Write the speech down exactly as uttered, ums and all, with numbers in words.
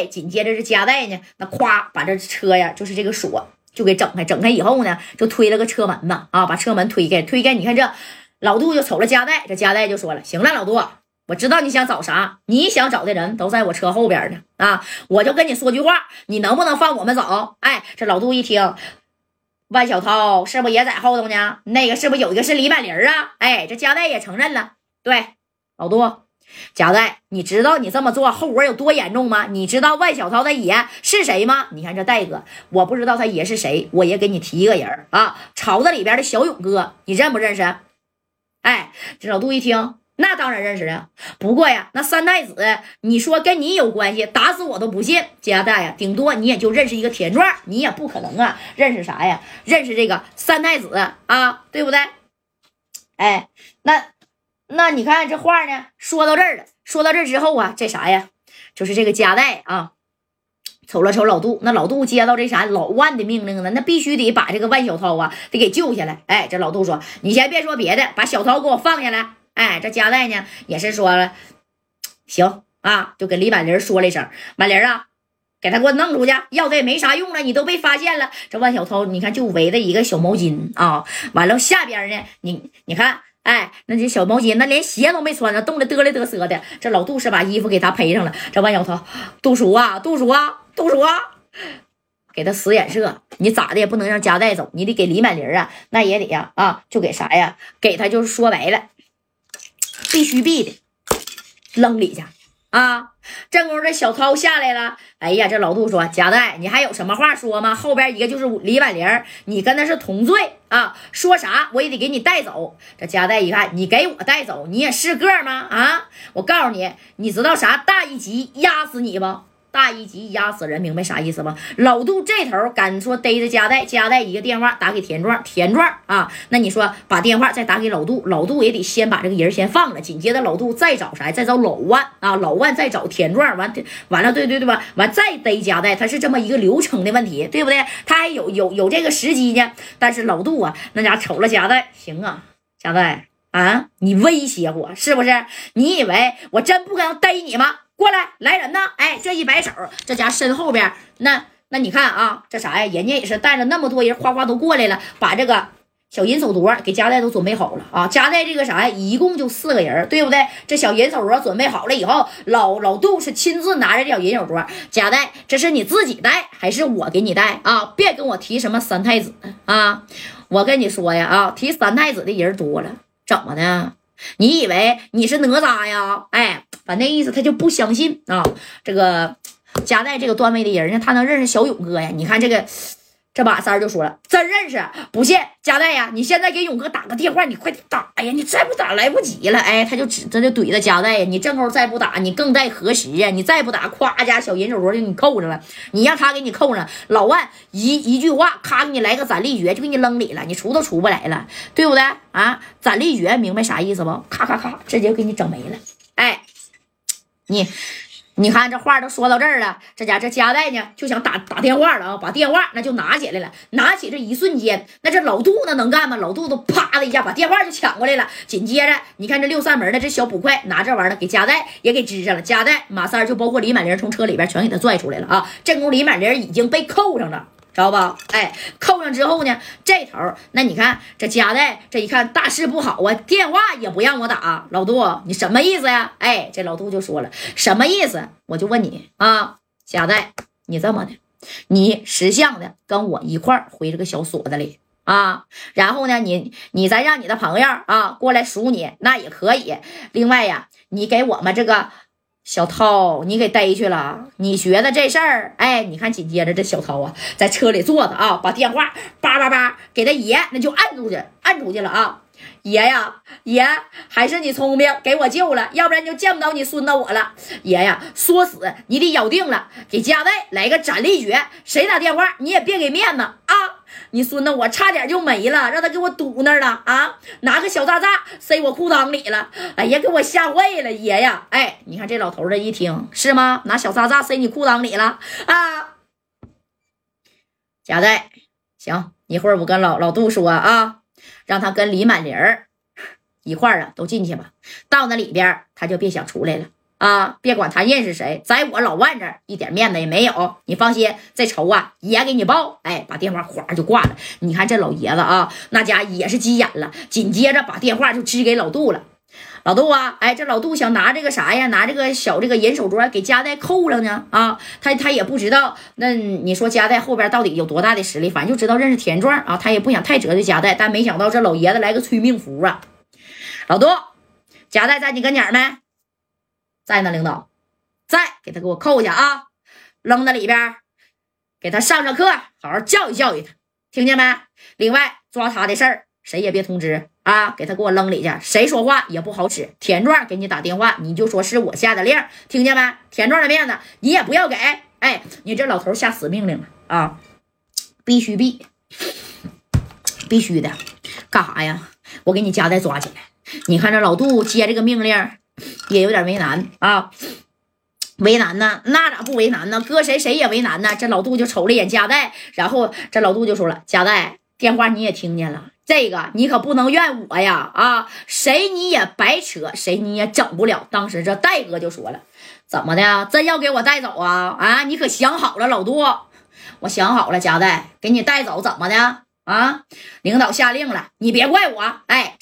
紧接着这夹带呢，那咵把这车呀，就是这个锁就给整开，整开以后呢，就推了个车门嘛，啊，把车门推开，推开，你看这老杜就瞅了夹带，这夹带就说了，行了，老杜，我知道你想找啥，你想找的人都在我车后边呢，啊，我就跟你说句话，你能不能放我们走？哎，这老杜一听，万小涛是不是也在后头呢？那个是不是有一个是李满林啊？哎，这夹带也承认了，对，老杜。夹带，你知道你这么做后果有多严重吗？你知道万小涛他爷是谁吗？你看这戴哥，我不知道他爷是谁，我也给你提一个人啊，巢子里边的小勇哥，你认不认识？哎，这老杜一听，那当然认识啊。不过呀，那三太子，你说跟你有关系，打死我都不信。夹带呀，顶多你也就认识一个田壮，你也不可能啊，认识啥呀？认识这个三太子啊，对不对？哎，那。那你看这话呢，说到这儿了，说到这儿之后啊，这啥呀，就是这个夹带啊，瞅了瞅老杜，那老杜接到这啥老万的命令呢，那必须得把这个万小涛啊得给救下来。哎，这老杜说，你先别说别的，把小涛给我放下来。哎，这夹带呢也是说了，行啊，就跟李满林说了一声，满林啊，给他给我弄出去，要的也没啥用了，你都被发现了。这万小涛你看就围着一个小毛巾啊，完了下边呢，你你看。哎，那这小毛巾，那连鞋都没穿着，冻得嘚哩嘚瑟的。这老杜是把衣服给他赔上了。这万小涛，杜叔啊，杜叔啊，杜叔啊，给他使眼色，你咋的也不能让夹带走，你得给李满林啊，那也得呀啊，就给啥呀？给他就是说白了，必须毙的，扔里去啊！正宫这小涛下来了，哎呀，这老杜说：“夹带，你还有什么话说吗？后边一个就是李满林，你跟他是同罪啊，说啥我也得给你带走。”这夹带一看，你给我带走，你也是个吗？啊，我告诉你，你知道啥大一级压死你不？大一级压死人，明白啥意思吗？老杜这头敢说逮着夹带，夹带一个电话打给田壮，田壮啊，那你说把电话再打给老杜，老杜也得先把这个人先放了，紧接着老杜再找啥？再找老万啊，老万再找田壮，完完了，对对对吧？完再逮夹带，他是这么一个流程的问题，对不对？他还有有有这个时机呢。但是老杜啊，那家瞅了夹带，行啊，夹带啊，你威胁我是不是？你以为我真不敢逮你吗？过来，来人呐！哎，这一摆手，这家身后边，那那你看啊，这啥呀？人家也是带着那么多人，哗哗都过来了，把这个小银手镯给夹带都准备好了啊！夹带这个啥呀？一共就四个人，对不对？这小银手镯准备好了以后，老老杜是亲自拿着这小银手镯，夹带，这是你自己戴还是我给你戴啊？别跟我提什么三太子啊！我跟你说呀啊，提三太子的人多了，怎么的？你以为你是哪吒呀？哎，反正意思他就不相信啊。这个夹带这个段位的人呢，他能认识小勇哥呀？你看这个这把三就说了，真认识？不信，夹带呀，你现在给勇哥打个电话，你快点打呀！你再不打来不及了。哎，他就指他就怼着夹带呀，你正勾再不打，你更待何时呀？你再不打，咵家小银手镯就给你扣上了，你让他给你扣上，老万一一句话，咔给你来个斩立决，就给你扔里了，你出都出不来了，对不对啊？斩立决明白啥意思不？咔咔咔，直接给你整没了。哎，你。你看这话都说到这儿了，这家这夹带呢就想打打电话了啊，把电话那就拿起来了，拿起这一瞬间，那这老杜那能干吗？老杜都啪的一下把电话就抢过来了，紧接着你看这六扇门的这小捕快拿这玩意儿给夹带也给支上了，夹带马三就包括李满林从车里边全给他拽出来了啊，正宫李满林已经被扣上了。知道吧？哎，扣上之后呢，这头那你看这夹带这一看大事不好啊，电话也不让我打，老杜你什么意思呀？哎，这老杜就说了什么意思？我就问你啊，夹带你这么的，你识相的跟我一块儿回这个小锁子里啊，然后呢，你你再让你的朋友啊过来赎你，那也可以。另外呀，你给我们这个。小涛，你给逮去了？你觉得这事儿？哎，你看，紧接着这小涛啊，在车里坐着啊，把电话叭叭叭给他爷，那就按出去，按出去了啊！爷呀，爷，还是你聪明，给我救了，要不然就见不到你孙子我了。爷呀，说死你得咬定了，给夹带来个斩立决，谁打电话你也别给面子啊！你孙子我差点就没了，让他给我堵那儿了啊！拿个小炸炸塞我裤裆里了，哎呀，给我吓坏了，爷呀！哎，你看这老头子一听是吗？拿小炸炸塞你裤裆里了啊！夹带，行，一会儿我跟老老杜说啊，让他跟李满林一块儿啊都进去吧，到那里边他就别想出来了啊，别管他认识谁，在我老万这儿一点面子也没有。你放心，这仇啊也给你报。哎，把电话哗就挂了。你看这老爷子啊，那家也是急眼了，紧接着把电话就支给老杜了。老杜啊，哎，这老杜想拿这个啥呀？拿这个小这个银手镯给夹带扣了呢啊！他他也不知道，那你说夹带后边到底有多大的实力？反正就知道认识田壮啊，他也不想太折腾夹带，但没想到这老爷子来个催命符啊！老杜，夹带在你跟前没？在呢，领导，在，给他给我扣下啊，扔到里边，给他上上课，好好教育教育他，听见没？另外抓他的事儿，谁也别通知啊，给他给我扔里去，谁说话也不好使。田壮给你打电话，你就说是我下的令，听见没？田壮的面子你也不要给。哎，你这老头下死命令了啊，必须毙，必须的。干啥呀？我给你夹带抓起来。你看这老杜接这个命令也有点为难啊，为难呢？那咋不为难呢？搁谁谁也为难呢。这老杜就瞅了一眼夹带，然后这老杜就说了：“夹带，电话你也听见了，这个你可不能怨我呀！啊，谁你也白扯，谁你也整不了。”当时这戴哥就说了：“怎么的？真要给我带走啊？啊，你可想好了，老杜？我想好了，夹带给你带走，怎么的？啊，领导下令了，你别怪我。哎，